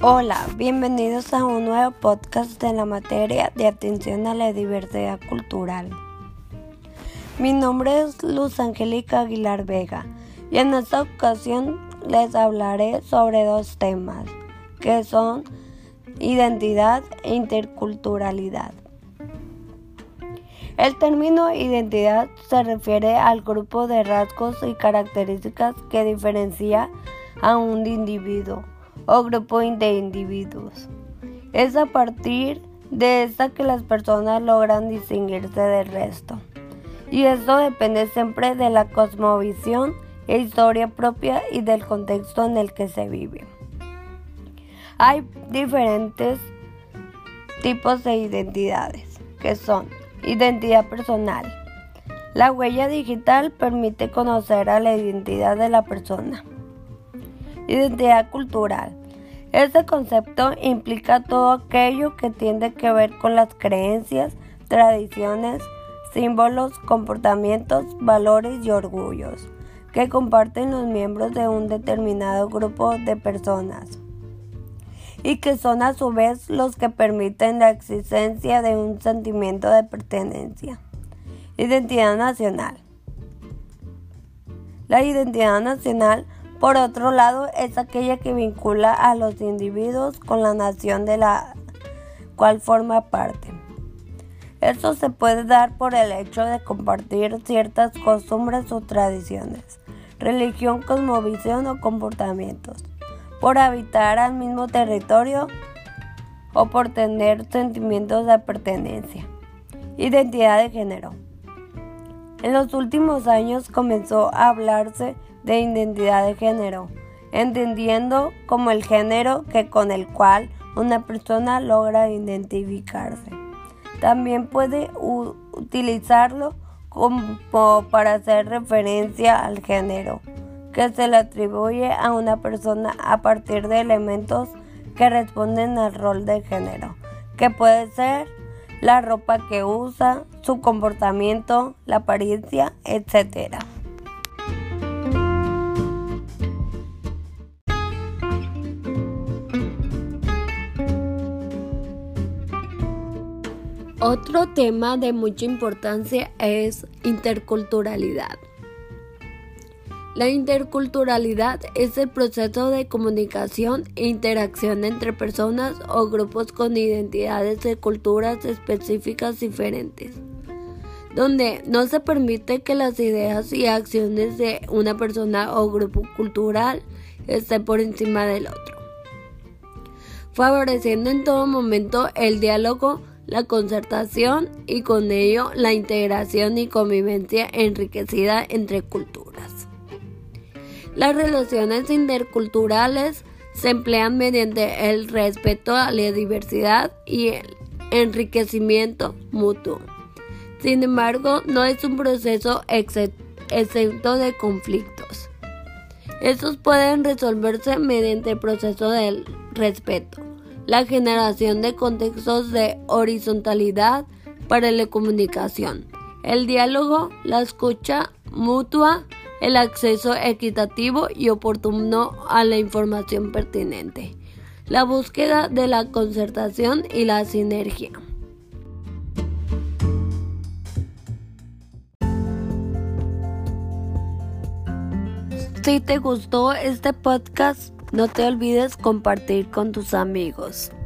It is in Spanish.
Hola, bienvenidos a un nuevo podcast de la materia de atención a la diversidad cultural. Mi nombre es Luz Angélica Aguilar Vega y en esta ocasión les hablaré sobre dos temas que son identidad e interculturalidad. El término identidad se refiere al grupo de rasgos y características que diferencia a un individuo o grupo de individuos. Es a partir de esta que las personas logran distinguirse del resto. Y esto depende siempre de la cosmovisión e historia propia y del contexto en el que se vive. Hay diferentes tipos de identidades, que son identidad personal. La huella digital permite conocer a la identidad de la persona. Identidad cultural. Este concepto implica todo aquello que tiene que ver con las creencias, tradiciones, símbolos, comportamientos, valores y orgullos que comparten los miembros de un determinado grupo de personas y que son a su vez los que permiten la existencia de un sentimiento de pertenencia. Identidad nacional. La identidad nacional, por otro lado, es aquella que vincula a los individuos con la nación de la cual forma parte. Esto se puede dar por el hecho de compartir ciertas costumbres o tradiciones, religión, cosmovisión o comportamientos, por habitar al mismo territorio o por tener sentimientos de pertenencia. Identidad de género. En los últimos años comenzó a hablarse de identidad de género, entendiendo como el género con el cual una persona logra identificarse. También puede utilizarlo como para hacer referencia al género que se le atribuye a una persona a partir de elementos que responden al rol de género, que puede ser la ropa que usa, su comportamiento, la apariencia, etc. Otro tema de mucha importancia es interculturalidad. La interculturalidad es el proceso de comunicación e interacción entre personas o grupos con identidades de culturas específicas diferentes, donde no se permite que las ideas y acciones de una persona o grupo cultural estén por encima del otro, favoreciendo en todo momento el diálogo, la concertación y con ello la integración y convivencia enriquecida entre culturas. Las relaciones interculturales se emplean mediante el respeto a la diversidad y el enriquecimiento mutuo. Sin embargo, no es un proceso exento de conflictos. Estos pueden resolverse mediante el proceso del respeto, la generación de contextos de horizontalidad para la comunicación, el diálogo, la escucha mutua, el acceso equitativo y oportuno a la información pertinente, la búsqueda de la concertación y la sinergia. Si te gustó este podcast, no te olvides compartir con tus amigos.